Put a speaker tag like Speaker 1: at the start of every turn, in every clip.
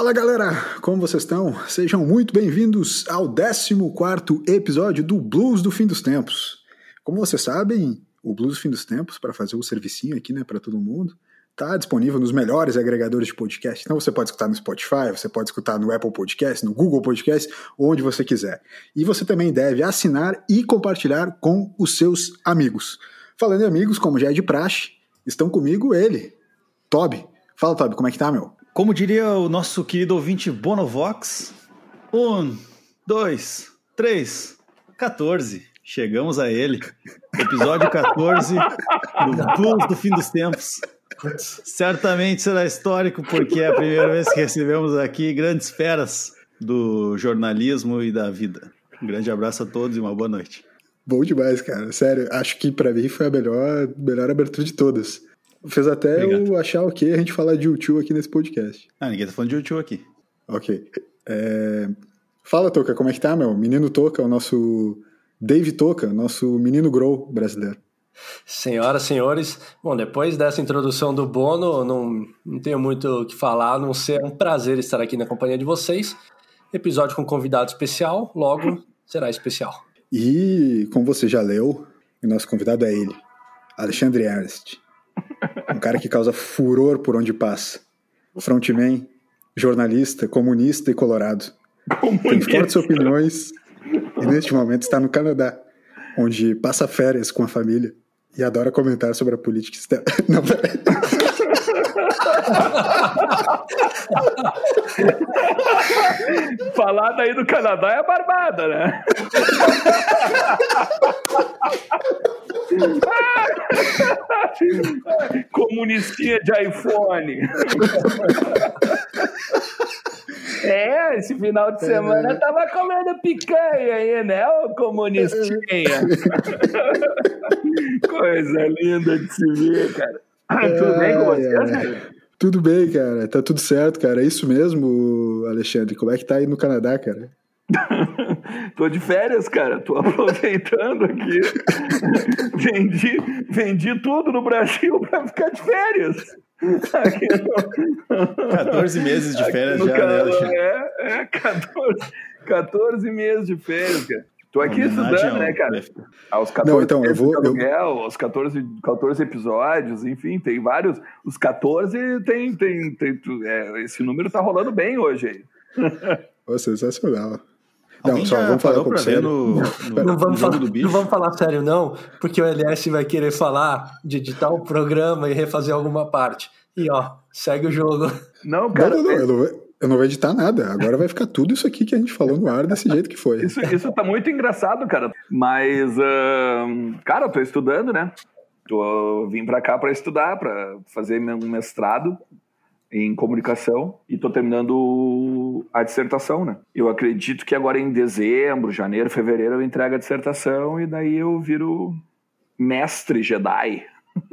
Speaker 1: Fala galera, como vocês estão? Sejam muito bem-vindos ao 14º episódio do Blues do Fim dos Tempos. Como vocês sabem, o Blues do Fim dos Tempos, para fazer o servicinho aqui, né, para todo mundo, está disponível nos melhores agregadores de podcast. Então você pode escutar no Spotify, você pode escutar no Apple Podcast, no Google Podcast, onde você quiser. E você também deve assinar e compartilhar com os seus amigos. Falando em amigos, como já é de praxe, estão comigo ele, Toby. Fala, Toby, como é que tá, meu?
Speaker 2: Como diria o nosso querido ouvinte Bonovox, 1, 2, 3, 14. Chegamos a ele. Episódio 14 do Blues do Fim dos Tempos. Certamente será histórico, porque é a primeira vez que recebemos aqui grandes feras do jornalismo e da vida. Um grande abraço a todos e uma boa noite.
Speaker 1: Bom demais, cara. Sério, acho que pra mim foi a melhor abertura de todas. Fez até eu achar ok a gente falar de U2 aqui nesse podcast.
Speaker 2: Ninguém tá falando de U2 aqui.
Speaker 1: Ok. Fala, Toca, como é que tá, meu? Menino Toca, o nosso Dave Toca, nosso menino Grohl brasileiro.
Speaker 3: Senhoras, senhores, bom, depois dessa introdução do Bono, não tenho muito o que falar, a não ser um prazer estar aqui na companhia de vocês. Episódio com convidado especial, logo será especial.
Speaker 1: E, como você já leu, o nosso convidado é ele, Alexandre Ernst. Um cara que causa furor por onde passa. Frontman, jornalista, comunista e colorado. Tem fortes opiniões e neste momento está no Canadá, onde passa férias com a família e adora comentar sobre a política externa. Não, peraí.
Speaker 4: Falar daí do Canadá é barbada, né? Comunistinha de iPhone. Esse final de semana tava comendo picanha aí, né, ô comunistinha? Coisa linda de se ver, cara. Tudo bem com você, cara?
Speaker 1: Tudo bem, cara. Tá tudo certo, cara. É isso mesmo, Alexandre. Como é que tá aí no Canadá, cara?
Speaker 4: Tô de férias, cara. Tô aproveitando aqui. Vendi tudo no Brasil pra ficar de férias.
Speaker 2: 14 meses de férias já, né,
Speaker 4: Alexandre? 14 meses de férias, cara. Tô aqui estudando, né, cara? Aos 14
Speaker 1: não, então,
Speaker 4: aos 14 episódios, enfim, tem vários. Os 14 tem esse número tá rolando bem hoje aí.
Speaker 1: Pô, sensacional.
Speaker 2: Não, só vamos falar um pouco sério.
Speaker 3: Não vamos falar sério, não, porque o LS vai querer falar de editar o programa e refazer alguma parte. E ó, segue o jogo.
Speaker 4: Não, cara.
Speaker 1: Eu não vou editar nada. Agora vai ficar tudo isso aqui que a gente falou no ar desse jeito que foi.
Speaker 4: Isso tá muito engraçado, cara. Mas, cara, eu tô estudando, né? Vim pra cá pra estudar, pra fazer meu mestrado em comunicação e tô terminando a dissertação, né? Eu acredito que agora em dezembro, janeiro, fevereiro eu entrego a dissertação e daí eu viro mestre Jedi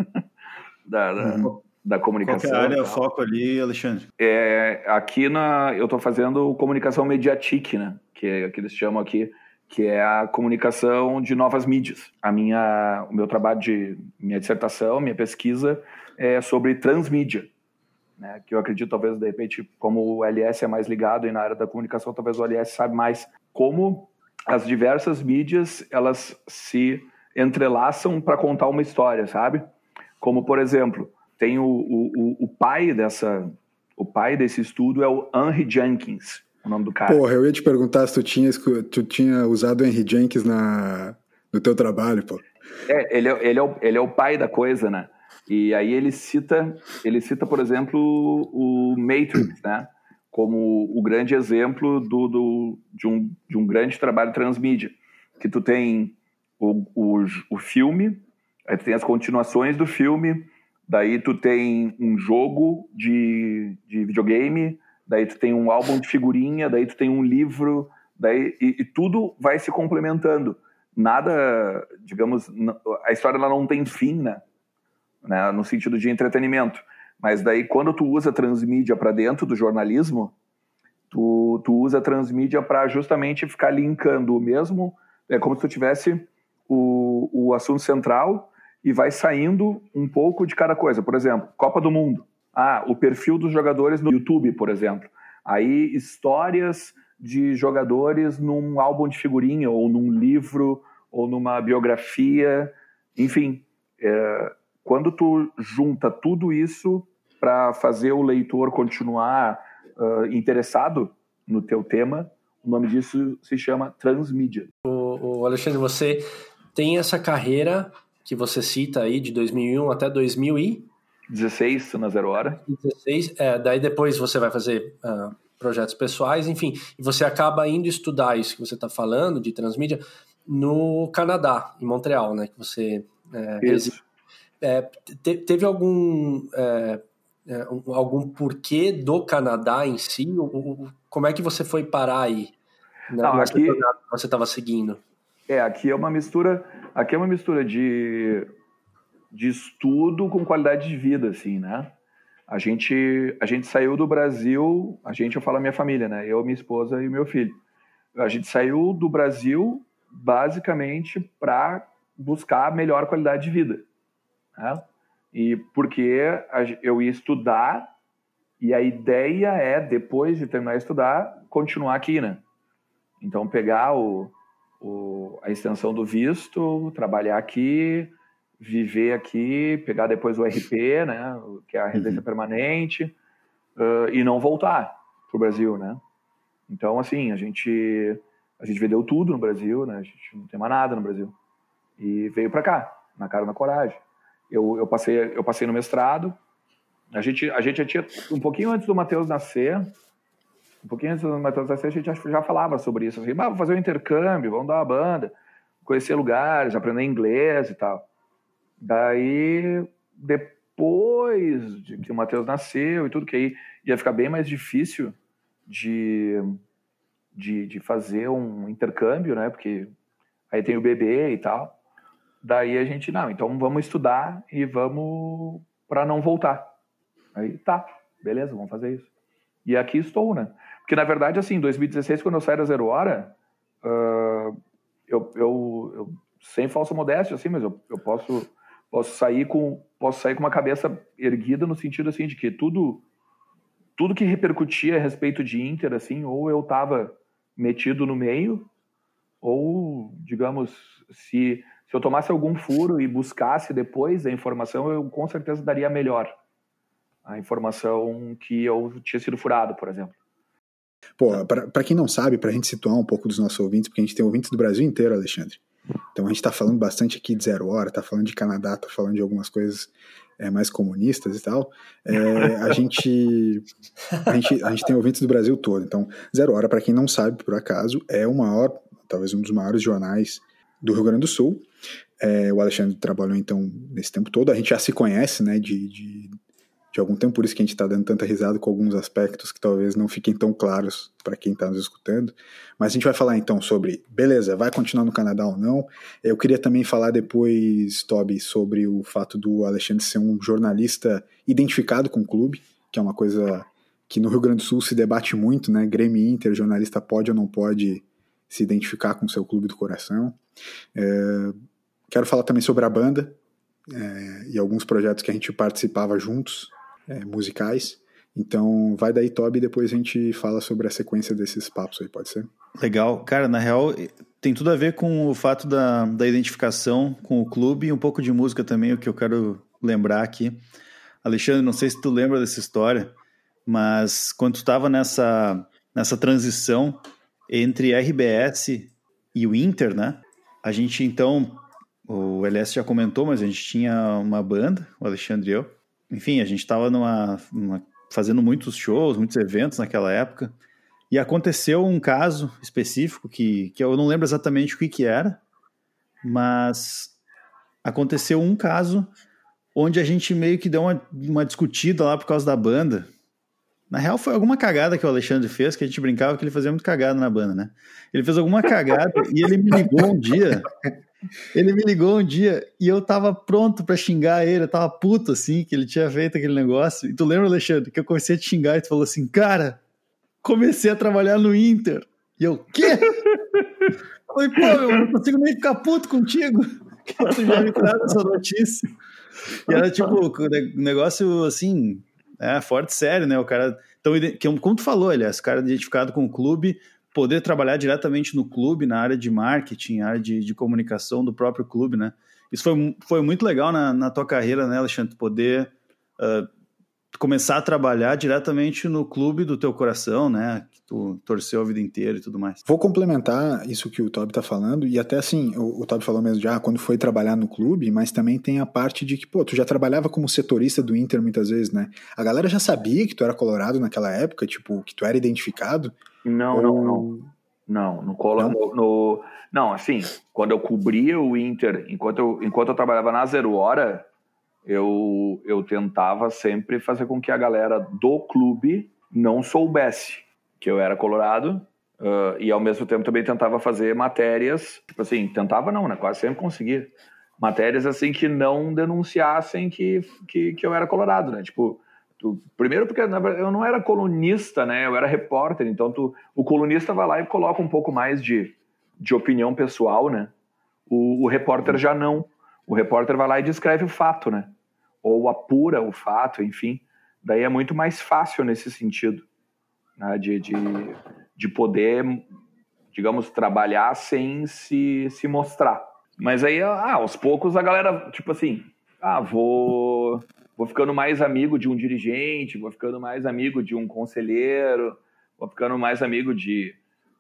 Speaker 4: da comunicação.
Speaker 2: Qual que é a área, o foco ali, Alexandre?
Speaker 4: Aqui eu tô fazendo comunicação mediatique, né? Que eles chamam aqui, que é a comunicação de novas mídias. O meu trabalho minha dissertação, minha pesquisa é sobre transmídia. Né, que eu acredito, talvez, de repente, como o LS é mais ligado aí na área da comunicação, talvez o LS saiba mais como as diversas mídias, elas se entrelaçam para contar uma história, sabe? Como, por exemplo, tem o pai desse estudo é o Henry Jenkins, o nome do cara.
Speaker 1: Porra, eu ia te perguntar se tu tinha usado o Henry Jenkins no teu trabalho, pô.
Speaker 4: Ele é o pai da coisa, né? E aí ele cita, por exemplo, o Matrix, né? Como o grande exemplo de um grande trabalho transmídia. Que tu tem o filme, aí tu tem as continuações do filme, daí tu tem um jogo de videogame, daí tu tem um álbum de figurinha, daí tu tem um livro, e tudo vai se complementando. Nada, digamos, a história ela não tem fim, né? No sentido de entretenimento, mas daí quando tu usa transmídia para dentro do jornalismo, tu usa a transmídia para justamente ficar linkando o mesmo, é como se tu tivesse o assunto central e vai saindo um pouco de cada coisa. Por exemplo, Copa do Mundo, o perfil dos jogadores no YouTube, por exemplo. Aí, histórias de jogadores num álbum de figurinha, ou num livro, ou numa biografia, enfim. Quando tu junta tudo isso para fazer o leitor continuar interessado no teu tema, o nome disso se chama transmídia.
Speaker 3: O Alexandre, você tem essa carreira que você cita aí de 2001 até
Speaker 4: 2016 na Zero Hora.
Speaker 3: 16, daí depois você vai fazer projetos pessoais, enfim, e você acaba indo estudar isso que você está falando de transmídia no Canadá, em Montreal, né? Que você reside. Teve algum porquê do Canadá em si? Como é que você foi parar aí?
Speaker 4: Aqui
Speaker 3: que você estava seguindo?
Speaker 4: Aqui é uma mistura de estudo com qualidade de vida, assim, né? A gente saiu do Brasil, eu falo a minha família, né? Eu, minha esposa e meu filho. A gente saiu do Brasil basicamente para buscar melhor qualidade de vida, né? E porque eu ia estudar e a ideia é, depois de terminar de estudar, continuar aqui, né? Então, pegar a extensão do visto, trabalhar aqui, viver aqui, pegar depois o RP, né, que é a residência permanente, e não voltar para o Brasil, né? Então, assim, a gente vendeu tudo no Brasil, né? A gente não tem mais nada no Brasil. E veio para cá, na cara e na coragem. Eu passei no mestrado. A gente já tinha, um pouquinho antes do Matheus nascer, a gente já falava sobre isso. Assim, vamos fazer um intercâmbio, vamos dar uma banda, conhecer lugares, aprender inglês e tal. Daí, depois de que o Matheus nasceu e tudo, que aí ia ficar bem mais difícil de fazer um intercâmbio, né? Porque aí tem o bebê e tal. Daí a gente, então vamos estudar e vamos para não voltar. Aí, tá, beleza, vamos fazer isso. E aqui estou, né? Porque, na verdade, assim, em 2016, quando eu saí da Zero Hora, eu sem falsa modéstia, assim, mas eu posso sair com uma cabeça erguida no sentido, assim, de que tudo que repercutia a respeito de Inter, assim, ou eu estava metido no meio, ou, digamos, se eu tomasse algum furo e buscasse depois a informação, eu com certeza daria melhor a informação que eu tinha sido furado, por exemplo.
Speaker 1: Pô, para quem não sabe, pra gente situar um pouco dos nossos ouvintes, porque a gente tem ouvintes do Brasil inteiro, Alexandre. Então a gente tá falando bastante aqui de Zero Hora, tá falando de Canadá, tá falando de algumas coisas mais comunistas e tal. A gente tem ouvintes do Brasil todo. Então, Zero Hora, para quem não sabe, por acaso, é o maior, talvez um dos maiores jornais do Rio Grande do Sul. O Alexandre trabalhou, então, nesse tempo todo. A gente já se conhece, né, de algum tempo, por isso que a gente está dando tanta risada com alguns aspectos que talvez não fiquem tão claros para quem está nos escutando. Mas a gente vai falar então sobre, beleza, vai continuar no Canadá ou não. Eu queria também falar depois, Toby, sobre o fato do Alexandre ser um jornalista identificado com o clube, que é uma coisa que no Rio Grande do Sul se debate muito, né? Grêmio e Inter, jornalista pode ou não pode se identificar com o seu clube do coração. Quero falar também sobre a banda e alguns projetos que a gente participava juntos, musicais. Então vai daí, Toby, e depois a gente fala sobre a sequência desses papos aí, pode ser?
Speaker 2: Legal. Cara, na real tem tudo a ver com o fato da identificação com o clube e um pouco de música também, o que eu quero lembrar aqui. Alexandre, não sei se tu lembra dessa história, mas quando tu estava nessa transição entre RBS e o Inter, né? A gente então, o LS já comentou, mas a gente tinha uma banda, o Alexandre e eu. Enfim, a gente estava fazendo muitos shows, muitos eventos naquela época. E aconteceu um caso específico que eu não lembro exatamente o que era, mas aconteceu um caso onde a gente meio que deu uma discutida lá por causa da banda. Na real, foi alguma cagada que o Alexandre fez, que a gente brincava que ele fazia muito cagada na banda, né? Ele fez alguma cagada e ele me ligou um dia... e eu tava pronto pra xingar ele, eu tava puto, assim, que ele tinha feito aquele negócio. E tu lembra, Alexandre, que eu comecei a te xingar e tu falou assim, cara, comecei a trabalhar no Inter. E eu, quê? Eu falei, pô, eu não consigo nem ficar puto contigo, que tu já me traz essa notícia. E era tipo, um negócio, assim, forte sério, né? O cara, como tu falou, aliás, o cara identificado com o clube, poder trabalhar diretamente no clube, na área de marketing, área de comunicação do próprio clube, né? Isso foi muito legal na tua carreira, né, Alexandre? Poder começar a trabalhar diretamente no clube do teu coração, né? Que tu torceu a vida inteira e tudo mais.
Speaker 1: Vou complementar isso que o Toby tá falando, e até assim, o Toby falou mesmo já quando foi trabalhar no clube, mas também tem a parte de que, tu já trabalhava como setorista do Inter muitas vezes, né? A galera já sabia que tu era colorado naquela época, tipo, que tu era identificado?
Speaker 4: Não, assim, quando eu cobria o Inter, enquanto eu trabalhava na Zero Hora, eu tentava sempre fazer com que a galera do clube não soubesse que eu era colorado, e ao mesmo tempo também tentava fazer matérias, tipo assim, tentava não, né? Quase sempre conseguia. Matérias assim que não denunciassem que eu era colorado, né? Tipo, primeiro porque na verdade, eu não era colunista, né? Eu era repórter, então o colunista vai lá e coloca um pouco mais de opinião pessoal, né? O repórter já não. O repórter vai lá e descreve o fato, né? Ou apura o fato, enfim. Daí é muito mais fácil nesse sentido, né? De poder, digamos, trabalhar sem se mostrar. Mas aí, aos poucos, a galera, tipo assim, vou ficando mais amigo de um dirigente, vou ficando mais amigo de um conselheiro, vou ficando mais amigo de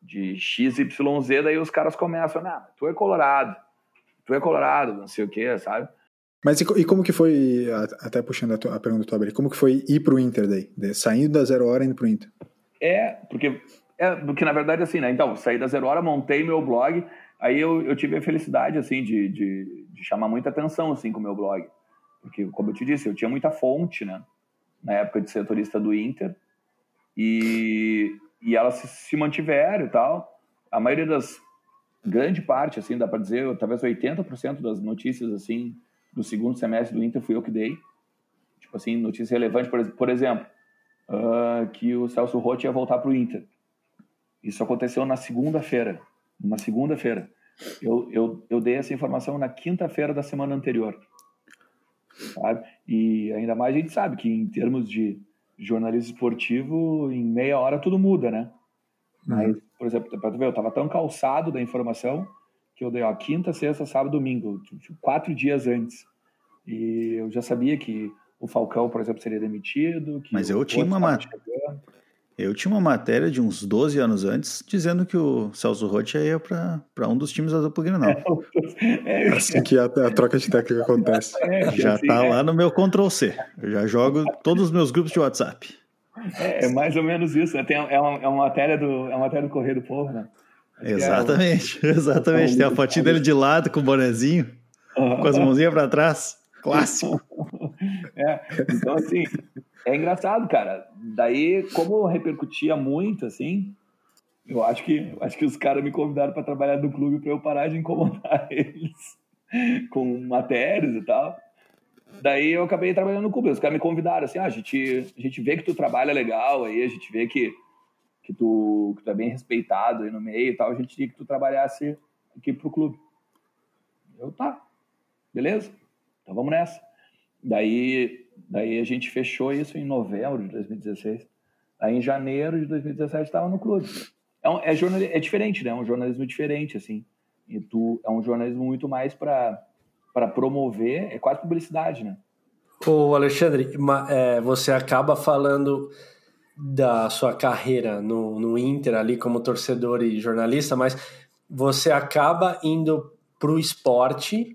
Speaker 4: XYZ, daí os caras começam, tu é colorado, não sei o que, sabe?
Speaker 1: Mas e como que foi, até puxando a pergunta do Toby, como que foi ir pro Inter daí? Saindo da Zero Hora e indo pro Inter?
Speaker 4: Porque na verdade assim, né? Então, saí da Zero Hora, montei meu blog, aí eu tive a felicidade, assim, de chamar muita atenção, assim, com o meu blog. Porque, como eu te disse, eu tinha muita fonte, né? Na época de setorista do Inter. E elas se mantiveram e tal. A maioria grande parte, assim, dá para dizer, talvez 80% das notícias, assim, do segundo semestre do Inter fui eu que dei. Tipo assim, notícia relevante, por exemplo, que o Celso Roth ia voltar pro Inter. Isso aconteceu na segunda-feira. Numa segunda-feira. Eu dei essa informação na quinta-feira da semana anterior. Sabe? E ainda mais a gente sabe que em termos de jornalismo esportivo, em meia hora tudo muda, né? Mas, por exemplo, pra tu ver, eu tava tão calçado da informação que eu dei quinta, sexta, sábado, domingo, 4 dias antes. E eu já sabia que o Falcão, por exemplo, seria demitido.
Speaker 2: Mas eu tinha uma matéria de uns 12 anos antes dizendo que o Celso Roth ia para um dos times da dupla Grenal.
Speaker 1: Assim que a troca de técnica acontece.
Speaker 2: Já assim, tá lá no meu Ctrl+C. Eu já jogo todos os meus grupos de WhatsApp.
Speaker 4: É mais ou menos isso, né? É uma matéria do Correio do Povo, né?
Speaker 2: Exatamente. Tem a fotinha dele de lado com o bonezinho, com as mãozinhas para trás. Clássico.
Speaker 4: Então, assim, é engraçado, cara. Daí, como repercutia muito, assim, eu acho que os caras me convidaram para trabalhar no clube para eu parar de incomodar eles com matérias e tal. Daí eu acabei trabalhando no clube. Os caras me convidaram, assim, a gente vê que tu trabalha legal aí, a gente vê que tu é bem respeitado aí no meio e tal, a gente queria que tu trabalhasse aqui pro clube. Eu, tá, beleza, então vamos nessa. Daí a gente fechou isso em novembro de 2016. Aí em janeiro de 2017 estava no clube. É diferente, né? É um jornalismo diferente, assim. E é um jornalismo muito mais para promover, é quase publicidade, né?
Speaker 3: Ô Alexandre, você acaba falando da sua carreira no Inter ali como torcedor e jornalista, mas você acaba indo para o esporte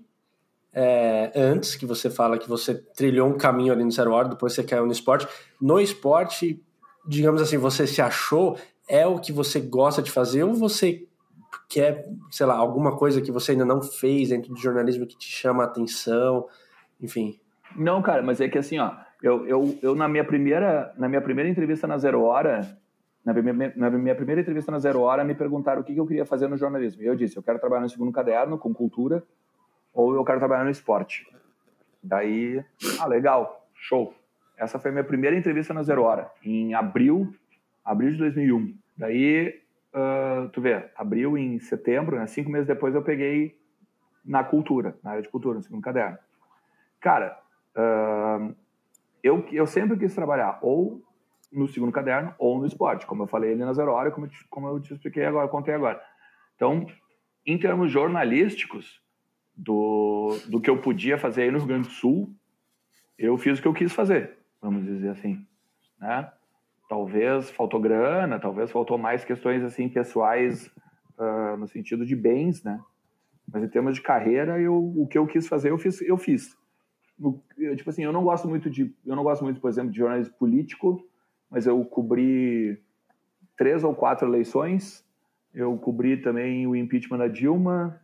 Speaker 3: antes, que você fala que você trilhou um caminho ali no Zero Hora, depois você caiu no esporte. No esporte, digamos assim, você se achou, é o que você gosta de fazer, ou você quer, sei lá, alguma coisa que você ainda não fez dentro do jornalismo que te chama a atenção, enfim?
Speaker 4: Não, cara, mas é que assim, ó, eu na minha primeira entrevista na Zero Hora, na minha primeira entrevista na Zero Hora, me perguntaram o que eu queria fazer no jornalismo. E eu disse, eu quero trabalhar no segundo caderno, com cultura, ou eu quero trabalhar no esporte. Daí, legal, show. Essa foi a minha primeira entrevista na Zero Hora, em abril de 2001. Daí, tu vê, abril em setembro, né, 5 meses depois eu peguei na cultura, na área de cultura, no segundo caderno. Cara, eu sempre quis trabalhar ou no segundo caderno ou no esporte, como eu falei ali na Zero Hora, como eu te expliquei agora, contei agora. Então, em termos jornalísticos, do que eu podia fazer aí no Rio Grande do Sul, eu fiz o que eu quis fazer, vamos dizer assim, né? Talvez faltou grana, talvez faltou mais questões assim pessoais, no sentido de bens, né? Mas em termos de carreira, o que eu quis fazer, eu fiz. Tipo assim, eu não gosto muito, por exemplo, de jornalismo político, mas eu cobri 3 ou 4 eleições, eu cobri também o impeachment da Dilma,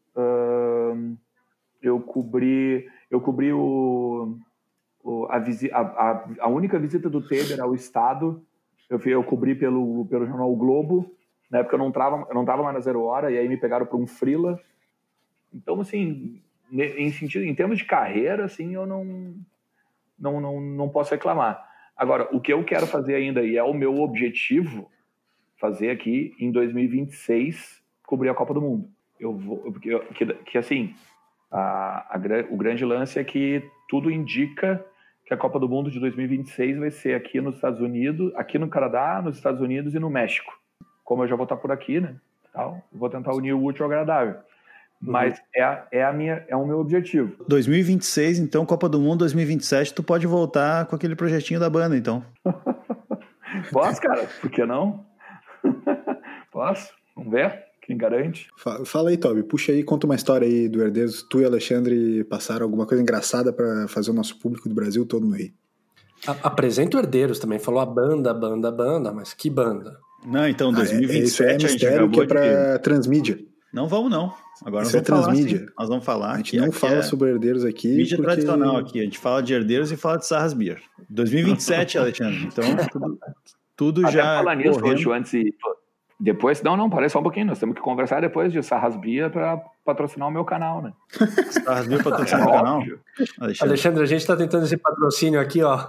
Speaker 4: eu cobri a única visita do Temer ao Estado, eu cobri pelo jornal o Globo, na época eu não tava mais na Zero Hora, e aí me pegaram para um freela. Então, assim, em termos de carreira, assim, eu não posso reclamar. Agora, o que eu quero fazer ainda, e é o meu objetivo, fazer aqui em 2026, cobrir a Copa do Mundo. Porque assim, o grande lance é que tudo indica que a Copa do Mundo de 2026 vai ser aqui nos Estados Unidos, aqui no Canadá, nos Estados Unidos e no México. Como eu já vou estar por aqui, né? Então, vou tentar unir o útil ao agradável. Mas é o meu objetivo.
Speaker 2: 2026, então, Copa do Mundo 2027, tu pode voltar com aquele projetinho da banda, então.
Speaker 4: Posso, cara? Por que não? Posso? Vamos ver? Quem garante?
Speaker 1: Fala aí, Toby. Puxa aí, conta uma história aí do Herdeiros. Tu e Alexandre passaram alguma coisa engraçada para fazer o nosso público do Brasil todo no Rio.
Speaker 3: Apresenta o Herdeiros também. Falou a banda, mas que banda?
Speaker 2: Não, então, 2027
Speaker 1: isso é mistério que é pra transmídia.
Speaker 2: Não vamos, não. Agora
Speaker 1: isso
Speaker 2: nós vamos
Speaker 1: transmídia.
Speaker 2: Falar, nós vamos falar.
Speaker 1: A gente não fala sobre Herdeiros aqui.
Speaker 2: Mídia tradicional aqui. A gente fala de Herdeiros e fala de Sarras Beer. 2027, Alexandre. Então, tudo
Speaker 4: até
Speaker 2: já.
Speaker 4: Falar nisso, hoje, antes e depois. Não, parei só um pouquinho. Nós temos que conversar depois de Sarras Beer para patrocinar o meu canal, né?
Speaker 2: Sarras Beer patrocinar o canal?
Speaker 3: Alexandre, a gente está tentando esse patrocínio aqui, ó.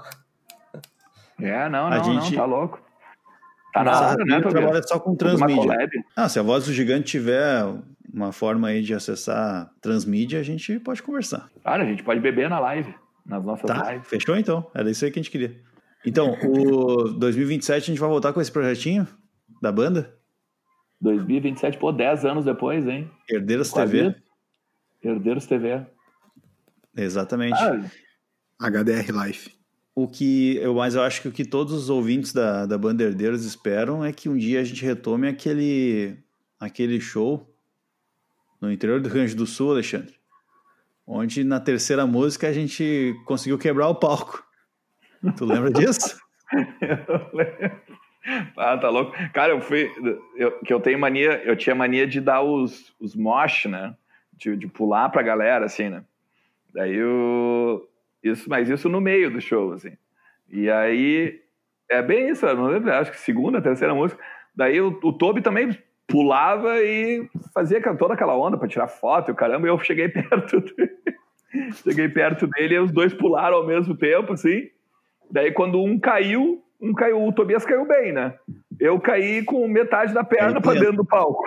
Speaker 4: Não, tá louco. Tá
Speaker 2: na hora, né? Trabalha só com transmídia. Se a Voz do Gigante tiver uma forma aí de acessar transmídia, a gente pode conversar.
Speaker 4: Cara, a gente pode beber na live, nas nossas lives.
Speaker 2: Fechou então. Era isso aí que a gente queria. Então, o 2027 a gente vai voltar com esse projetinho da banda?
Speaker 4: 2027, 10 anos depois, hein?
Speaker 2: Herdeiros TV.
Speaker 4: Herdeiros TV.
Speaker 2: Exatamente.
Speaker 1: HDR Life.
Speaker 2: Mas eu acho que o que todos os ouvintes da banda Herdeiros esperam é que um dia a gente retome aquele show no interior do Rio Grande do Sul, Alexandre, onde na terceira música a gente conseguiu quebrar o palco. Tu lembra disso?
Speaker 4: Eu lembro. Tá louco. Cara, eu tinha mania de dar os mosh, né? De pular pra galera, assim, né? Daí mas isso no meio do show, assim. E aí, é bem isso, eu não lembro, acho que segunda, terceira música. Daí o Toby também pulava e fazia toda aquela onda pra tirar foto e o caramba, e eu cheguei perto dele e os dois pularam ao mesmo tempo, assim. Daí quando um caiu, o Tobias caiu bem, né? Eu caí com metade da perna pra dentro do palco.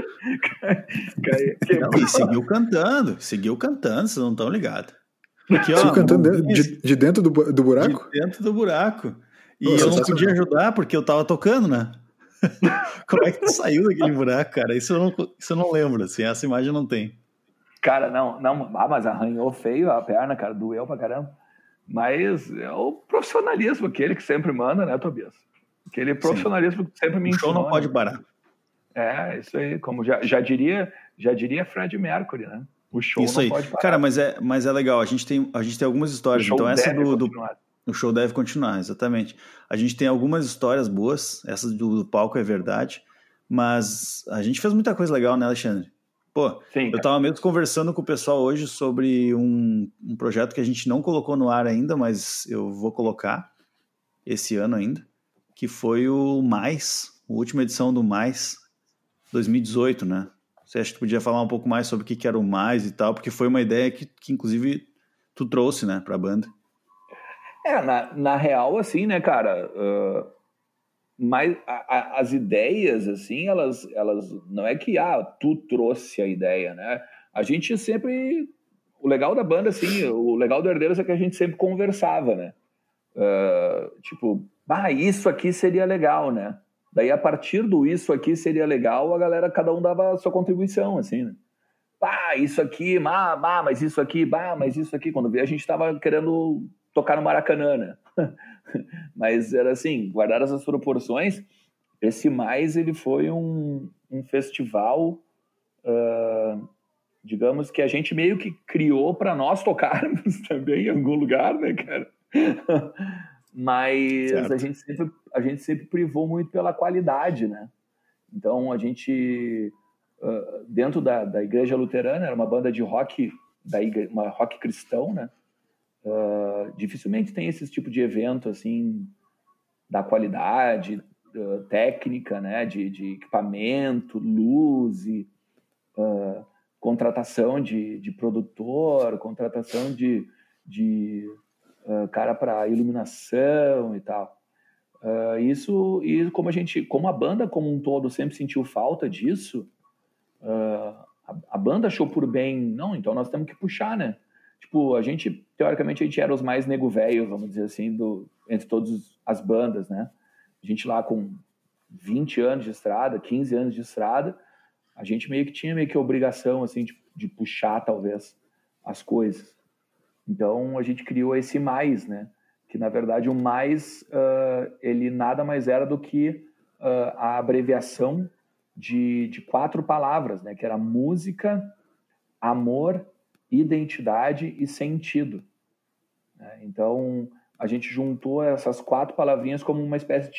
Speaker 2: E seguiu cantando, vocês não estão ligados.
Speaker 1: Aqui, ó, cantando de dentro do buraco?
Speaker 2: De dentro do buraco. E eu não podia ajudar porque eu tava tocando, né? Como é que tu saiu daquele buraco, cara? Isso eu não lembro, assim, essa imagem não tem.
Speaker 4: Cara, não, mas arranhou feio a perna, cara, doeu pra caramba. Mas é o profissionalismo aquele que sempre manda, né, Tobias? Aquele profissionalismo que sempre me ensinou.
Speaker 2: O show não pode parar.
Speaker 4: Isso aí, como já diria Fred Mercury, né? O show
Speaker 2: isso
Speaker 4: não
Speaker 2: aí.
Speaker 4: pode parar.
Speaker 2: Cara, mas é legal. A gente tem algumas histórias.
Speaker 4: O show
Speaker 2: então essa
Speaker 4: o
Speaker 2: show deve continuar, exatamente. A gente tem algumas histórias boas. Essa do palco é verdade. Mas a gente fez muita coisa legal, né, Alexandre? Pô,
Speaker 4: sim,
Speaker 2: eu tava mesmo conversando com o pessoal hoje sobre um projeto que a gente não colocou no ar ainda, mas eu vou colocar esse ano ainda, que foi o Mais, a última edição do Mais 2018, né? Você acha que tu podia falar um pouco mais sobre o que era o Mais e tal? Porque foi uma ideia que inclusive, tu trouxe, né, pra banda.
Speaker 4: Na real, assim, né, cara, mas as ideias, assim, elas não é que, tu trouxe a ideia, né? A gente sempre... O legal da banda, assim, o legal do Herdeiros é que a gente sempre conversava, né? tipo, isso aqui seria legal, né? Daí, a partir do isso aqui seria legal, a galera, cada um dava a sua contribuição, assim, né? Isso aqui, mas isso aqui, mas isso aqui. Quando veio, a gente estava querendo tocar no Maracanã, né? Mas era assim, guardadas as proporções, esse Mais, ele foi um festival, digamos que a gente meio que criou para nós tocarmos também em algum lugar, né, cara? Mas a gente sempre privou muito pela qualidade, né? Então, a gente, dentro da Igreja Luterana, era uma banda de rock, uma rock cristão, né? Dificilmente tem esse tipo de evento, assim, da qualidade técnica, né? De equipamento, luz, contratação de produtor, contratação de cara para iluminação e tal. Isso, e como a banda como um todo sempre sentiu falta disso, a banda achou por bem, não, então nós temos que puxar, né? Tipo, teoricamente, a gente era os mais nego velho, vamos dizer assim, entre todas as bandas, né? A gente lá com 20 anos de estrada, 15 anos de estrada, a gente tinha a obrigação, assim, de puxar, talvez, as coisas. Então, a gente criou esse Mais, né? Que, na verdade, o Mais, ele nada mais era do que a abreviação de 4 palavras, né? Que era música, amor, identidade e sentido. Então, a gente juntou essas 4 palavrinhas como uma espécie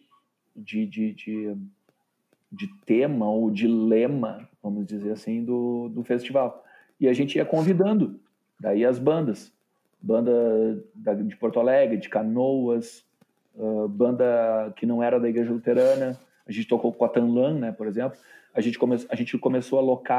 Speaker 4: de tema ou de lema, vamos dizer assim, do festival. E a gente ia convidando daí as bandas. Banda de Porto Alegre, de Canoas, banda que não era da Igreja Luterana. A gente tocou com a Tanlan, né, por exemplo. A gente começou a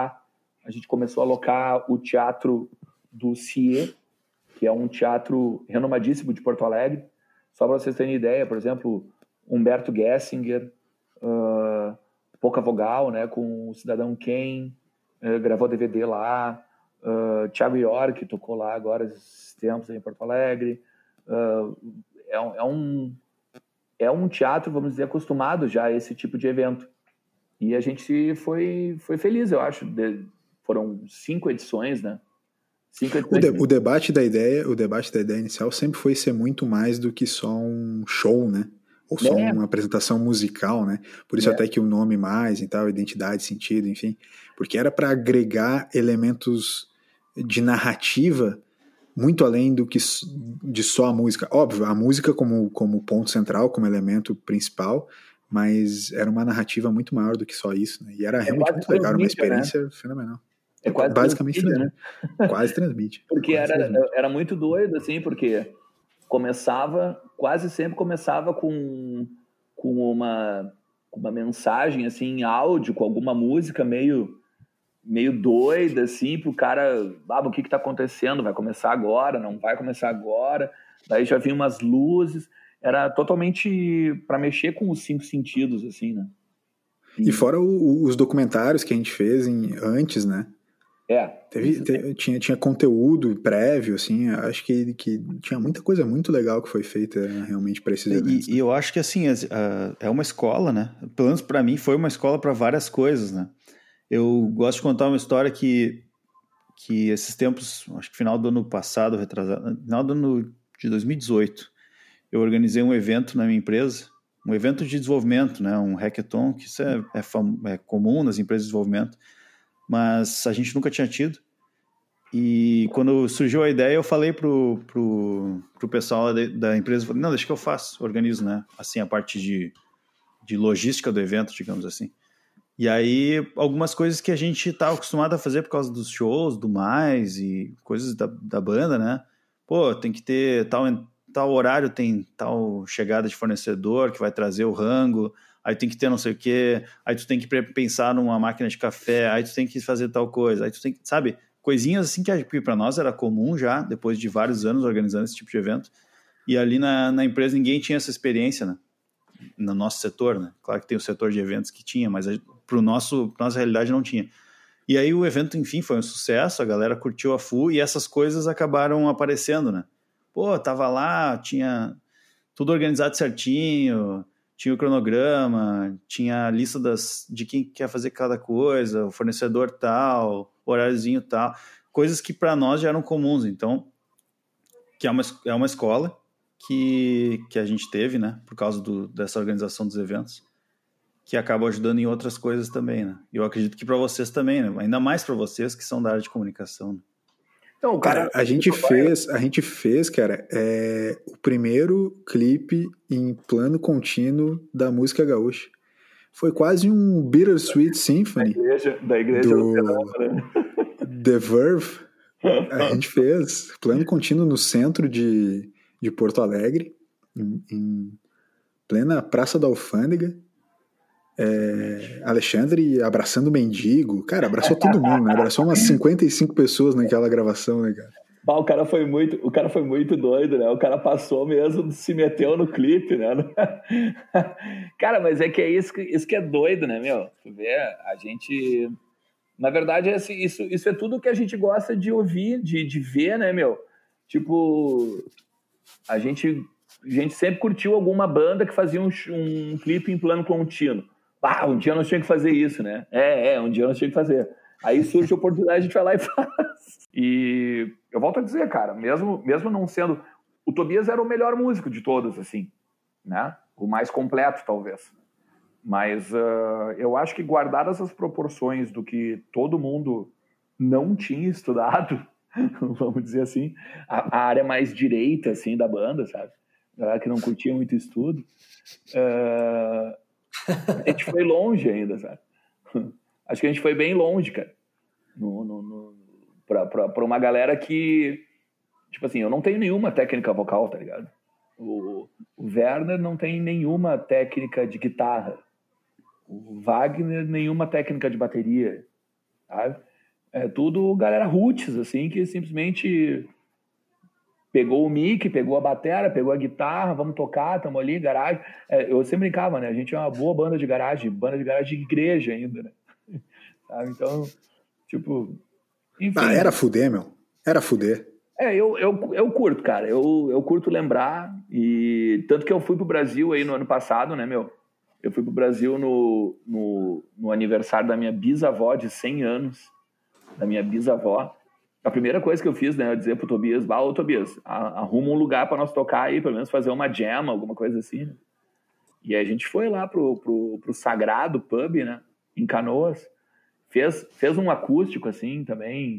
Speaker 4: alocar o teatro do CIE, que é um teatro renomadíssimo de Porto Alegre. Só para vocês terem ideia, por exemplo, Humberto Gessinger, Pouca Vogal, né, com o Cidadão Kane, gravou DVD lá. Thiago York tocou lá agora esses tempos em Porto Alegre. É um teatro, vamos dizer, acostumado já a esse tipo de evento. E a gente foi feliz, eu acho. Foram 5 edições, né? 5 edições.
Speaker 1: O debate da ideia inicial sempre foi ser muito mais do que só um show, né? Ou só uma apresentação musical, né? Por isso até que o nome Mais e tal, identidade, sentido, enfim. Porque era para agregar elementos de narrativa muito além do que de só a música. Óbvio, a música como ponto central, como elemento principal, mas era uma narrativa muito maior do que só isso, né? E era realmente muito legal, era uma experiência fenomenal.
Speaker 4: Quase
Speaker 1: basicamente
Speaker 4: transmite, né?
Speaker 1: Quase transmite.
Speaker 4: Porque era muito doido, assim, porque quase sempre começava com uma mensagem, assim, em áudio, com alguma música meio doida, assim, pro cara, o que tá acontecendo? Vai começar agora? Não vai começar agora? Daí já vinha umas luzes, era totalmente para mexer com os 5 sentidos, assim, né?
Speaker 1: E fora os documentários que a gente fez antes, né? Tinha conteúdo prévio, assim, acho que tinha muita coisa muito legal que foi feita realmente para esses eventos.
Speaker 2: E eu acho que, assim, é uma escola, né? Pelo menos para mim foi uma escola para várias coisas, né? Eu gosto de contar uma história que esses tempos, acho que final do ano passado, final do ano de 2018, eu organizei um evento na minha empresa, um evento de desenvolvimento, né? Um hackathon, que isso é comum nas empresas de desenvolvimento, mas a gente nunca tinha tido. E quando surgiu a ideia, eu falei pro pessoal da empresa, não, deixa que eu faço, organizo, né? Assim, a parte de logística do evento, digamos assim. E aí, algumas coisas que a gente tá acostumado a fazer por causa dos shows, do Mais e coisas da banda, né? Pô, tem que ter tal horário, tem tal chegada de fornecedor que vai trazer o rango, aí tem que ter não sei o quê, aí tu tem que pensar numa máquina de café, aí tu tem que fazer tal coisa, aí tu tem que, sabe, coisinhas assim que para nós era comum já, depois de vários anos organizando esse tipo de evento. E ali na empresa ninguém tinha essa experiência, né? No nosso setor, né? Claro que tem o setor de eventos que tinha, mas para nossa realidade não tinha. E aí o evento, enfim, foi um sucesso, a galera curtiu a full e essas coisas acabaram aparecendo, né? Pô, tava lá, tinha tudo organizado certinho, tinha o cronograma, tinha a lista de quem quer fazer cada coisa, o fornecedor tal, horáriozinho tal, coisas que para nós já eram comuns, então, que é uma escola que a gente teve, né, por causa dessa organização dos eventos, que acaba ajudando em outras coisas também, né? Eu acredito que para vocês também, né? Ainda mais para vocês que são da área de comunicação, né?
Speaker 4: Então,
Speaker 1: cara, a gente fez, cara, o primeiro clipe em plano contínuo da música gaúcha. Foi quase um Bittersweet Symphony
Speaker 4: da igreja
Speaker 1: do The Verve. A gente fez plano contínuo no centro de Porto Alegre, em plena Praça da Alfândega. Alexandre abraçando o mendigo. Cara, abraçou todo mundo, né? Abraçou umas 55 pessoas naquela gravação, né, cara?
Speaker 4: O cara foi muito doido, né? O cara passou mesmo, se meteu no clipe, né? Cara, mas é isso que é doido, né, meu? Tu vê, a gente... Na verdade, isso é tudo que a gente gosta de ouvir, de ver, né, meu? Tipo, a gente sempre curtiu alguma banda que fazia um clipe em plano contínuo. Um dia nós tínhamos que fazer isso, né? Um dia nós tínhamos que fazer. Aí surge a oportunidade, a gente vai lá e faz. E eu volto a dizer, cara, mesmo não sendo... O Tobias era o melhor músico de todos, assim, né? O mais completo, talvez. Mas eu acho que guardadas as proporções do que todo mundo não tinha estudado, vamos dizer assim, a área mais direita, assim, da banda, sabe? A galera que não curtia muito estudo... A gente foi longe ainda, sabe? Acho que a gente foi bem longe, cara. Pra uma galera que... Tipo assim, eu não tenho nenhuma técnica vocal, tá ligado? O Werner não tem nenhuma técnica de guitarra. O Wagner, nenhuma técnica de bateria, sabe? É tudo galera roots, assim, que simplesmente... Pegou o mic, pegou a batera, pegou a guitarra, vamos tocar, estamos ali, garagem. Eu sempre brincava, né? A gente é uma boa banda de garagem de igreja ainda, né? Sabe? Então, tipo... Enfim.
Speaker 1: Era fuder, meu. Era fuder.
Speaker 4: Eu curto, cara. Eu curto lembrar. E tanto que eu fui pro Brasil aí no ano passado, né, meu? Eu fui pro Brasil no aniversário da minha bisavó de 100 anos. Da minha bisavó. A primeira coisa que eu fiz, né, eu dizer pro Tobias, Tobias, arruma um lugar para nós tocar aí, pelo menos fazer uma jam, alguma coisa assim, né? E aí a gente foi lá pro Sagrado Pub, né, em Canoas, fez um acústico, assim, também,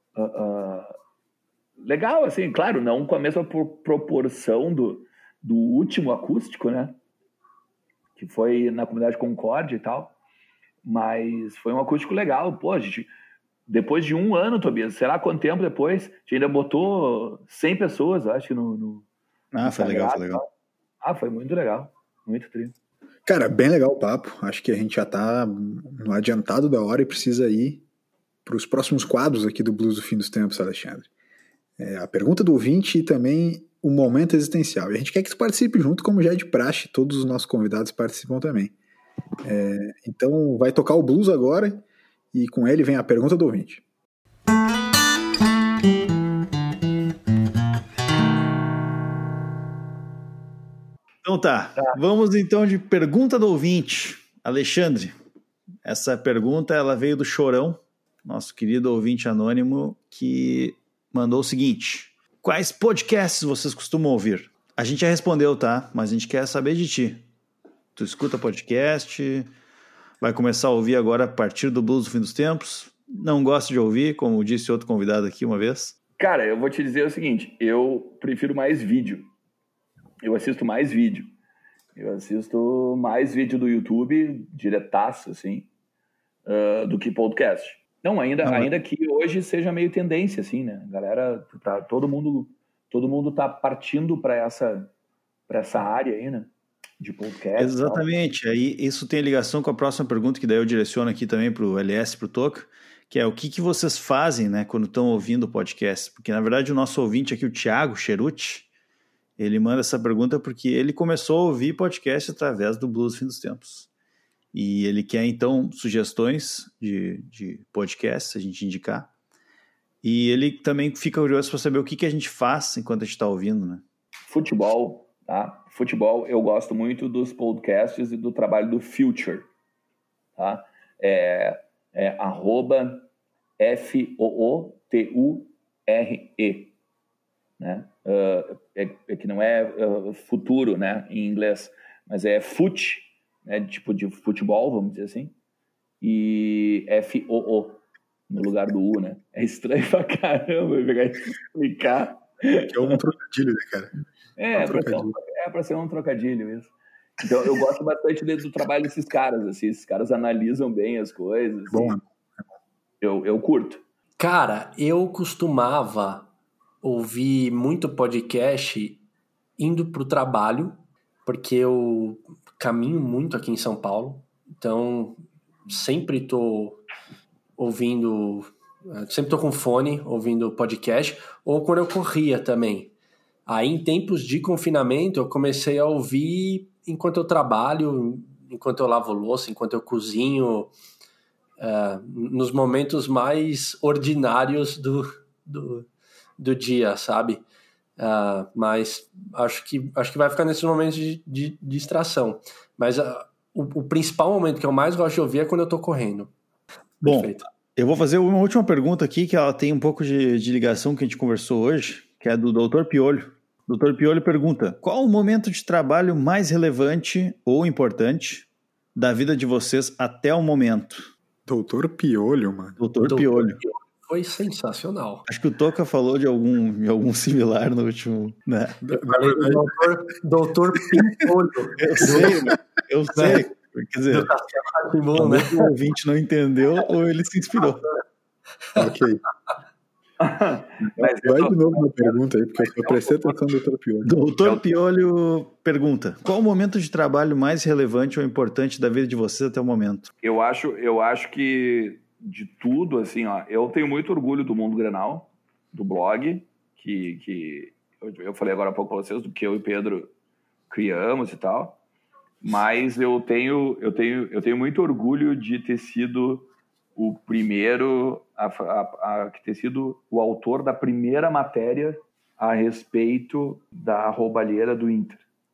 Speaker 4: legal, assim, claro, não com a mesma proporção do último acústico, né, que foi na Comunidade Concórdia e tal, mas foi um acústico legal, pô, a gente... Depois de 1 ano, Tobias, sei lá quanto tempo depois, a gente ainda botou 100 pessoas, acho que no
Speaker 2: foi legal, foi legal.
Speaker 4: Foi muito legal, muito triste.
Speaker 1: Cara, bem legal o papo. Acho que a gente já tá no adiantado da hora e precisa ir para os próximos quadros aqui do Blues do Fim dos Tempos, Alexandre. A pergunta do ouvinte e também o momento existencial. E a gente quer que tu participe junto, como já é de praxe, todos os nossos convidados participam também. Então, vai tocar o blues agora... E com ele vem a pergunta do ouvinte.
Speaker 2: Então tá, vamos então de pergunta do ouvinte. Alexandre, essa pergunta ela veio do Chorão, nosso querido ouvinte anônimo, que mandou o seguinte: quais podcasts vocês costumam ouvir? A gente já respondeu, tá? Mas a gente quer saber de ti. Tu escuta podcast... Vai começar a ouvir agora a partir do Blues do Fim dos Tempos. Não gosta de ouvir, como disse outro convidado aqui uma vez?
Speaker 4: Cara, eu vou te dizer o seguinte. Eu prefiro mais vídeo. Eu assisto mais vídeo. Eu assisto mais vídeo do YouTube, diretaço, assim, do que podcast. Não, ainda que hoje seja meio tendência, assim, né? Galera, todo mundo tá partindo para essa área aí, né? De podcast.
Speaker 2: Exatamente, aí isso tem ligação com a próxima pergunta, que daí eu direciono aqui também para o LS, para o Toca, que é o que vocês fazem, né, quando estão ouvindo o podcast? Porque, na verdade, o nosso ouvinte aqui, o Thiago Cheruti, ele manda essa pergunta porque ele começou a ouvir podcast através do Blues Fim dos Tempos. E ele quer, então, sugestões de podcasts, a gente indicar. E ele também fica curioso para saber o que a gente faz enquanto a gente está ouvindo, né?
Speaker 4: Futebol. tá? Futebol, eu gosto muito dos podcasts e do trabalho do Future, tá? @FOOTURE, né? Que não é futuro, né, em inglês, mas é foot, né, tipo de futebol, vamos dizer assim, e FOO no lugar do U, né? É estranho pra caramba pegar e explicar.
Speaker 1: Que é um trocadilho, né, cara?
Speaker 4: Pra ser um trocadilho isso. Então eu gosto bastante do trabalho desses caras, assim, esses caras analisam bem as coisas.
Speaker 1: Bom,
Speaker 4: eu curto.
Speaker 3: Cara, eu costumava ouvir muito podcast indo pro trabalho, porque eu caminho muito aqui em São Paulo, então sempre tô ouvindo, sempre tô com fone, ouvindo podcast, ou quando eu corria também. Aí, em tempos de confinamento, eu comecei a ouvir enquanto eu trabalho, enquanto eu lavo louça, enquanto eu cozinho, nos momentos mais ordinários do dia, sabe? Mas acho que vai ficar nesses momentos de distração. Mas o principal momento que eu mais gosto de ouvir é quando eu tô correndo.
Speaker 2: Bom,
Speaker 3: Perfeito.
Speaker 2: eu vou fazer uma última pergunta aqui, que ela tem um pouco de ligação que a gente conversou hoje, que é do Dr. Piolho. O Dr. Piolho pergunta: qual o momento de trabalho mais relevante ou importante da vida de vocês até o momento?
Speaker 1: Doutor Piolho, mano.
Speaker 2: Dr. Piolho.
Speaker 3: Foi sensacional.
Speaker 2: Acho que o Toca falou de algum similar no último, né?
Speaker 3: Doutor Pimpolho.
Speaker 2: Eu sei. Quer dizer, talvez o ouvinte não entendeu ou ele se inspirou.
Speaker 1: Ok.
Speaker 4: Mas
Speaker 1: Vai de novo na pergunta aí, porque eu só prestei atenção no Dr. Piolho.
Speaker 2: Doutor Piolho pergunta: qual o momento de trabalho mais relevante ou importante da vida de vocês até o momento?
Speaker 4: Eu acho que de tudo, assim, ó, eu tenho muito orgulho do Mundo Grenal, do blog, que eu falei agora há pouco para vocês, do que eu e o Pedro criamos e tal, mas eu tenho muito orgulho de ter sido o primeiro, ter sido o autor da primeira matéria a respeito da roubalheira do Inter,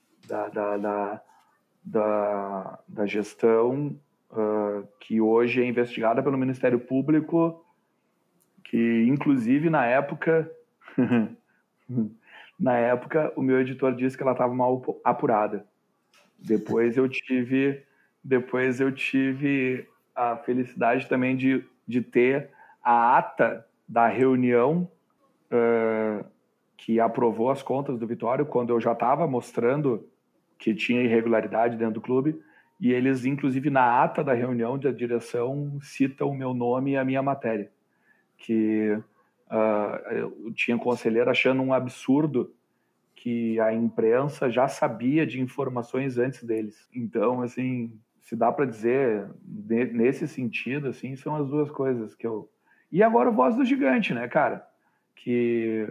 Speaker 4: da gestão que hoje é investigada pelo Ministério Público, que inclusive na época o meu editor disse que ela estava mal apurada. Depois eu tive a felicidade também de ter a ata da reunião que aprovou as contas do Vitória, quando eu já estava mostrando que tinha irregularidade dentro do clube, e eles, inclusive, na ata da reunião da direção, citam o meu nome e a minha matéria, que eu tinha conselheiro achando um absurdo que a imprensa já sabia de informações antes deles. Então, assim, se dá para dizer, nesse sentido, assim, são as duas coisas que eu... E agora o Voz do Gigante, né, cara? Que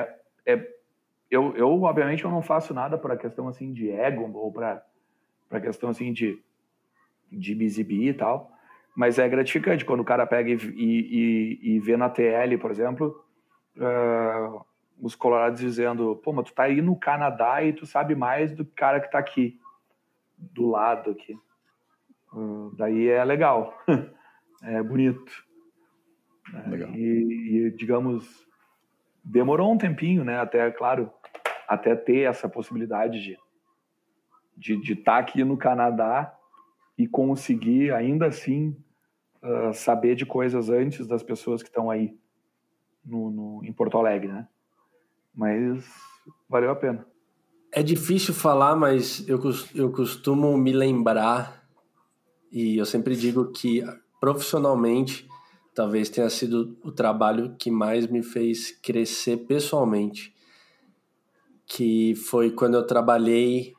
Speaker 4: eu obviamente, eu não faço nada para questão, assim, de ego ou para questão, assim, de me exibir e tal, mas é gratificante quando o cara pega e vê na TL, por exemplo, os colorados dizendo: pô, mas tu tá aí no Canadá e tu sabe mais do cara que tá aqui, do lado aqui. Daí é legal. É bonito.
Speaker 2: Legal.
Speaker 4: E, digamos, demorou um tempinho, né? Até ter essa possibilidade de estar aqui no Canadá e conseguir, ainda assim, saber de coisas antes das pessoas que estão aí em Porto Alegre, né? Mas valeu a pena.
Speaker 3: É difícil falar, mas eu costumo me lembrar, e eu sempre digo que profissionalmente talvez tenha sido o trabalho que mais me fez crescer pessoalmente, que foi quando eu trabalhei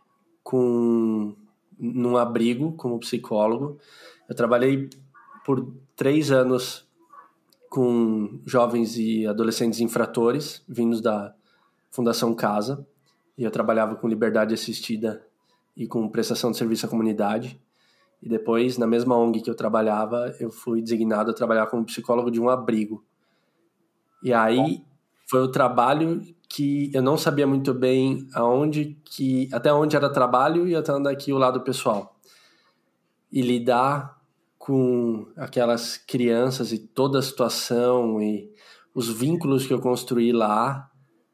Speaker 3: num abrigo como psicólogo. Eu trabalhei por 3 anos com jovens e adolescentes infratores vindos da Fundação Casa, e eu trabalhava com liberdade assistida e com prestação de serviço à comunidade. E depois, na mesma ONG que eu trabalhava, eu fui designado a trabalhar como psicólogo de um abrigo. E aí foi o trabalho que eu não sabia muito bem até onde era trabalho e até onde aqui o lado pessoal. E lidar com aquelas crianças e toda a situação e os vínculos que eu construí lá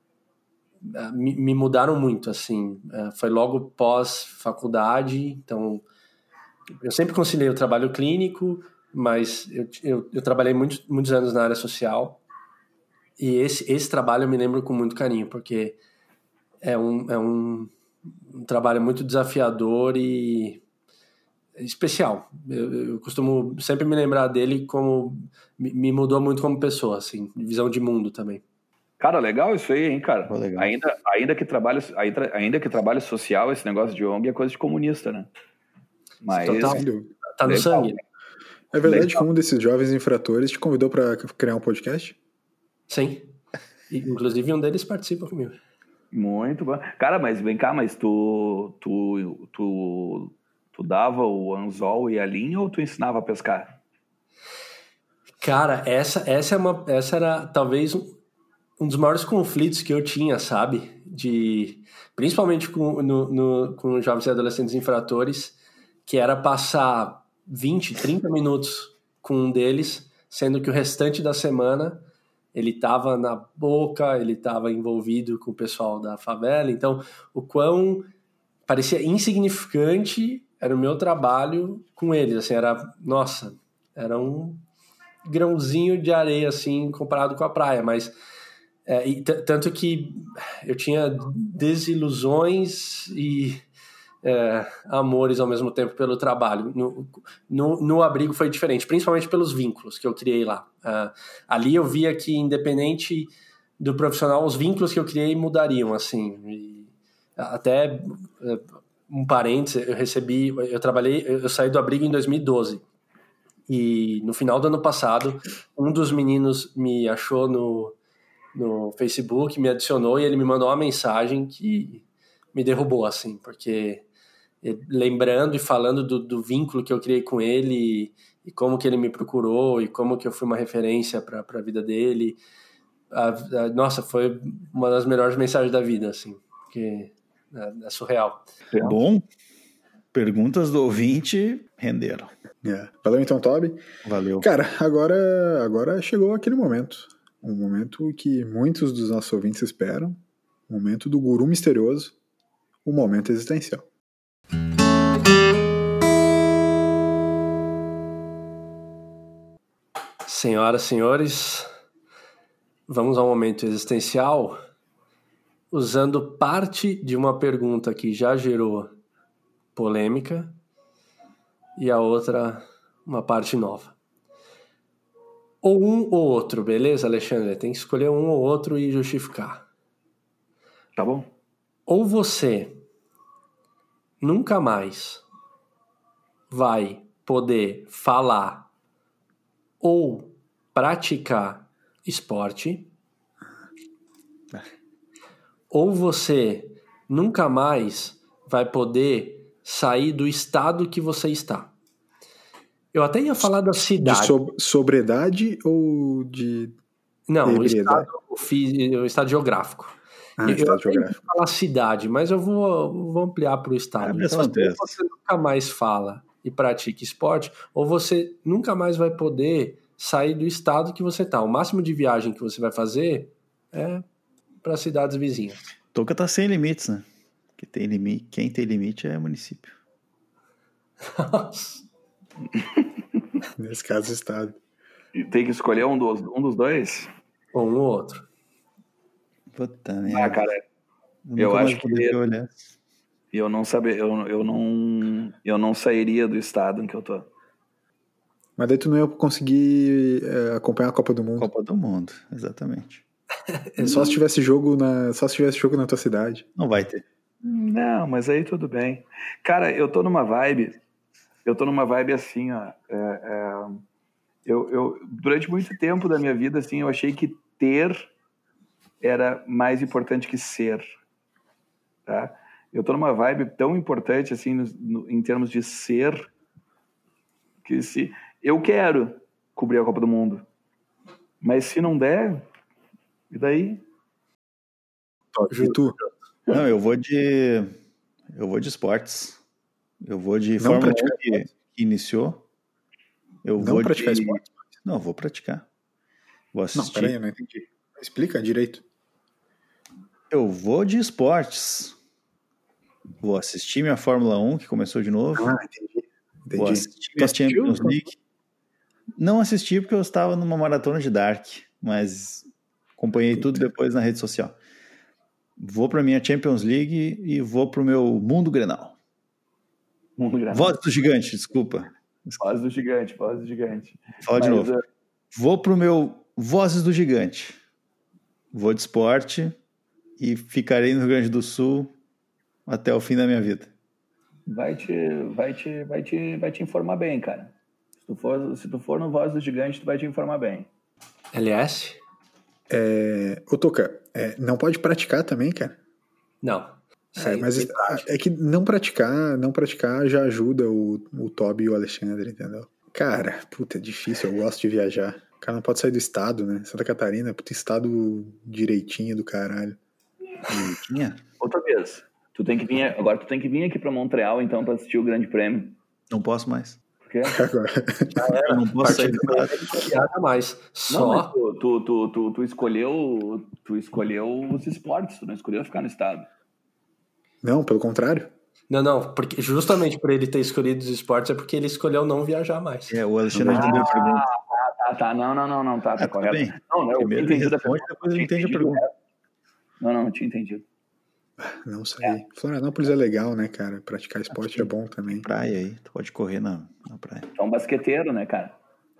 Speaker 3: me mudaram muito, assim. Foi logo pós-faculdade, então eu sempre conciliei o trabalho clínico, mas eu trabalhei muitos anos na área social e esse trabalho eu me lembro com muito carinho, porque é um trabalho muito desafiador e especial. Eu costumo sempre me lembrar dele como me mudou muito como pessoa, assim, visão de mundo também.
Speaker 4: Cara, legal isso aí, hein, cara?
Speaker 2: Legal.
Speaker 4: Ainda que trabalho social, esse negócio de ONG é coisa de comunista, né? Mas
Speaker 3: Total. Tá no
Speaker 4: legal.
Speaker 3: sangue.
Speaker 1: É verdade
Speaker 4: Legal.
Speaker 1: que um desses jovens infratores te convidou para criar um podcast?
Speaker 3: Sim. E, inclusive um deles participa comigo.
Speaker 4: Muito bom. Cara, mas vem cá, mas tu dava o anzol e a linha ou tu ensinava a pescar?
Speaker 3: Cara, essa era talvez um dos maiores conflitos que eu tinha, sabe? Principalmente com jovens e adolescentes infratores, que era passar 20, 30 minutos com um deles, sendo que o restante da semana ele estava na boca, ele estava envolvido com o pessoal da favela. Então, o quão parecia insignificante era o meu trabalho com eles. Assim, era um grãozinho de areia, assim, comparado com a praia, mas tanto que eu tinha desilusões e amores ao mesmo tempo pelo trabalho. No abrigo foi diferente, principalmente pelos vínculos que eu criei lá. Ali eu via que, independente do profissional, os vínculos que eu criei mudariam, assim. E até um parênteses, eu saí do abrigo em 2012. E no final do ano passado, um dos meninos me achou no Facebook, me adicionou e ele me mandou uma mensagem que me derrubou, assim, porque lembrando e falando do vínculo que eu criei com ele e como que ele me procurou e como que eu fui uma referência para a vida dele. Nossa, foi uma das melhores mensagens da vida, assim, porque é surreal.
Speaker 2: Bom, perguntas do ouvinte renderam.
Speaker 1: Valeu então, Toby.
Speaker 2: Valeu.
Speaker 1: Cara, agora chegou aquele momento. Um momento que muitos dos nossos ouvintes esperam. O momento do guru misterioso. O momento existencial.
Speaker 3: Senhoras, senhores, vamos ao momento existencial usando parte de uma pergunta que já gerou polêmica e a outra uma parte nova. Ou um ou outro, beleza, Alexandre? Tem que escolher um ou outro e justificar.
Speaker 4: Tá bom?
Speaker 3: Ou você nunca mais vai poder falar ou praticar esporte, ou você nunca mais vai poder sair do estado que você está. Eu até ia falar da cidade.
Speaker 1: De sobriedade ou de
Speaker 3: Não, o
Speaker 1: ebriedade?
Speaker 3: estado geográfico. Eu
Speaker 1: Estado
Speaker 3: até ia
Speaker 1: geográfico.
Speaker 3: falar cidade, mas eu vou ampliar para o estado. Então, ou você nunca mais fala e pratica esporte, ou você nunca mais vai poder sair do estado que você está. O máximo de viagem que você vai fazer é para cidades vizinhas.
Speaker 2: Toca tá sem limites, né? Quem tem limite é município.
Speaker 3: Nossa.
Speaker 1: Nesse caso, estado.
Speaker 4: E tem que escolher um dos dois?
Speaker 3: Ou um ou outro.
Speaker 2: Puta merda.
Speaker 4: Cara, eu acho que eu não sabia, eu não sairia do estado em que eu tô.
Speaker 1: Mas daí tu não ia conseguir acompanhar a Copa do Mundo.
Speaker 2: Copa do Mundo, exatamente.
Speaker 1: Só se tivesse jogo na tua cidade.
Speaker 2: Não vai ter.
Speaker 4: Não, mas aí tudo bem. Cara, eu tô numa vibe assim, ó. Eu durante muito tempo da minha vida, assim, eu achei que ter era mais importante que ser, tá? Eu tô numa vibe tão importante, assim, em termos de ser, que se eu quero cobrir a Copa do Mundo, mas se não der, e daí?
Speaker 1: E tu?
Speaker 2: Não, eu vou de esportes. Eu vou de Fórmula 1 que iniciou.
Speaker 1: Não praticar esportes?
Speaker 2: Não, vou praticar. Vou assistir.
Speaker 1: Não, peraí, eu não entendi. Explica direito.
Speaker 2: Eu vou de esportes. Vou assistir minha Fórmula 1, que começou de novo.
Speaker 1: Ah, entendi.
Speaker 2: Vou assistir minha Champions League. Não assisti porque eu estava numa maratona de Dark, mas acompanhei tudo depois na rede social. Vou para minha Champions League e vou para o meu Mundo Grenal. Voz do Gigante, desculpa.
Speaker 4: Voz do Gigante.
Speaker 2: Fala de novo. Vou para o meu Vozes do Gigante. Vou de esporte e ficarei no Rio Grande do Sul até o fim da minha vida.
Speaker 4: Vai te informar bem, cara. Se tu for no Voz do Gigante, tu vai te informar bem.
Speaker 3: LS?
Speaker 1: Ô, Toca, não pode praticar também, cara?
Speaker 3: Não.
Speaker 1: Mas é que não praticar já ajuda o Toby e o Alexandre, entendeu? Cara, puta, é difícil, eu gosto de viajar. O cara não pode sair do estado, né? Santa Catarina, puta estado direitinho do caralho.
Speaker 2: Direitinha?
Speaker 4: Outra vez, agora tu tem que vir aqui pra Montreal, então, pra assistir o Grande Prêmio.
Speaker 2: Não posso mais.
Speaker 4: Por quê?
Speaker 1: Agora.
Speaker 2: Eu não posso sair do estado.
Speaker 3: Mais. Só.
Speaker 4: Não, mas tu escolheu os esportes, tu não escolheu ficar no estado.
Speaker 1: Não, pelo contrário.
Speaker 3: Não, porque justamente por ele ter escolhido os esportes é porque ele escolheu não viajar mais.
Speaker 2: O Alexandre entendeu a pergunta.
Speaker 4: Tá. Não, tá correto.
Speaker 2: Bem.
Speaker 4: Não, eu
Speaker 2: Primeiro
Speaker 4: entendi da
Speaker 2: responde, depois eu entendi a pergunta.
Speaker 4: Não tinha entendido.
Speaker 1: Não sei. Florianópolis é legal, né, cara? Praticar esporte é bom também.
Speaker 2: Praia aí, tu pode correr na praia.
Speaker 4: Tu é um basqueteiro, né, cara?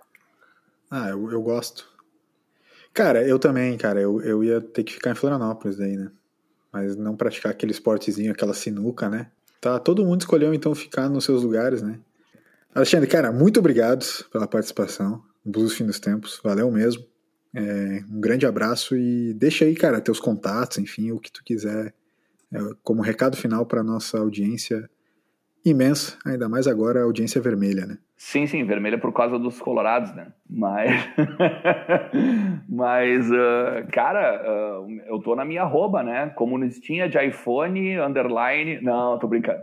Speaker 1: Eu gosto. Cara, eu também, cara. Eu ia ter que ficar em Florianópolis daí, né? Mas não praticar aquele esportezinho, aquela sinuca, né? Tá, todo mundo escolheu, então, ficar nos seus lugares, né? Alexandre, cara, muito obrigado pela participação. Blues Fim dos Tempos. Valeu mesmo. Um grande abraço e deixa aí, cara, teus contatos, enfim, o que tu quiser. Como recado final para nossa audiência imensa, ainda mais agora a audiência vermelha, né?
Speaker 4: Sim, vermelha por causa dos colorados, né? Mas cara, eu tô na minha arroba, né? Comunistinha de iPhone, _... Não, tô brincando.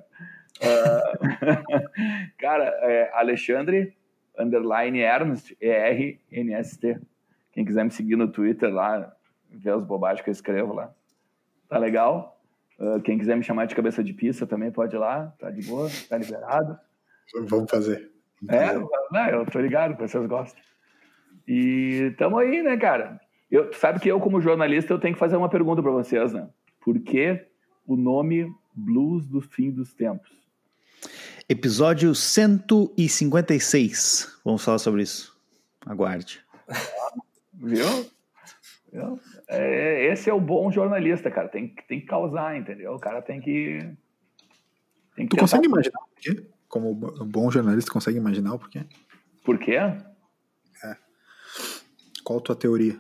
Speaker 4: Cara, Alexandre, _Ernst, ERNST. Quem quiser me seguir no Twitter lá, ver as bobagens que eu escrevo lá. Tá legal? Quem quiser me chamar de cabeça de pizza também pode ir lá, tá de boa, tá liberado.
Speaker 1: Vamos fazer.
Speaker 4: Eu tô ligado, vocês gostam. E tamo aí, né, cara? Sabe que eu, como jornalista, eu tenho que fazer uma pergunta pra vocês, né? Por que o nome Blues do Fim dos Tempos?
Speaker 2: Episódio 156. Vamos falar sobre isso. Aguarde.
Speaker 4: Viu? Esse é o bom jornalista, cara. Tem que causar, entendeu? O cara tem que
Speaker 1: tu consegue imaginar o porquê? Como um bom jornalista consegue imaginar o porquê?
Speaker 4: Por quê?
Speaker 1: Qual a tua teoria?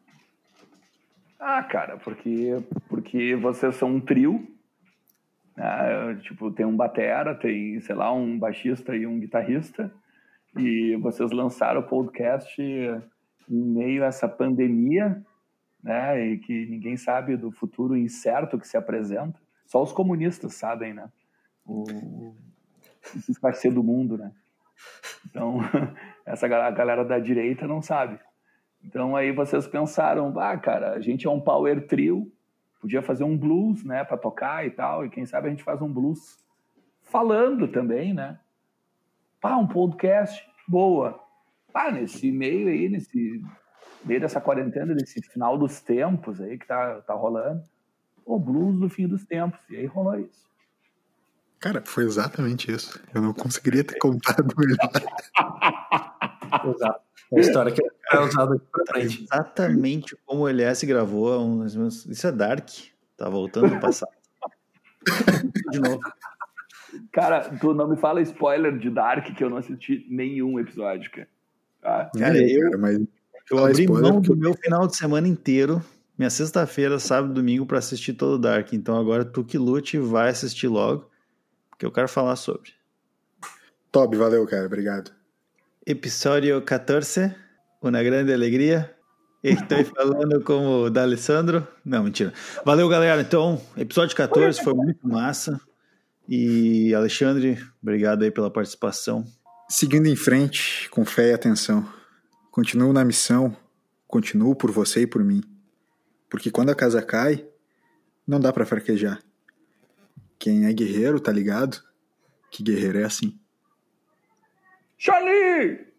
Speaker 4: Cara, porque vocês são um trio, né? Tipo, tem um batera, tem, sei lá, um baixista e um guitarrista, e vocês lançaram o podcast em meio a essa pandemia, né? E que ninguém sabe do futuro incerto que se apresenta. Só os comunistas sabem, né? O que vai ser do mundo, né? Então, essa galera da direita não sabe. Então, aí vocês pensaram, cara, a gente é um power trio, podia fazer um blues, né, pra tocar e tal, e quem sabe a gente faz um blues falando também, né? Um podcast, boa. Nesse meio aí, nesse meio dessa quarentena, nesse final dos tempos aí que tá rolando, o blues do fim dos tempos, e aí rolou isso.
Speaker 1: Cara, foi exatamente isso. Eu não conseguiria ter contado melhor.
Speaker 3: Exato. É a história que é usada aqui pra frente.
Speaker 2: Exatamente como o LS gravou. Isso é Dark. Tá voltando do passado. De novo.
Speaker 4: Cara, tu não me fala spoiler de Dark, que eu não assisti nenhum episódio, cara.
Speaker 2: Cara, eu abri mão do meu final de semana inteiro, minha sexta-feira, sábado e domingo, pra assistir todo o Dark. Então agora tu que lute vai assistir logo, porque eu quero falar sobre.
Speaker 1: Toby, valeu, cara. Obrigado.
Speaker 2: Episódio 14, Una Grande Alegria. Estou falando como o D'Alessandro. Não, mentira. Valeu, galera. Então, episódio 14 foi muito massa. E, Alexandre, obrigado aí pela participação.
Speaker 1: Seguindo em frente, com fé e atenção. Continuo na missão. Continuo por você e por mim. Porque quando a casa cai, não dá pra fraquejar. Quem é guerreiro, tá ligado? Que guerreiro é assim.
Speaker 4: Charlie!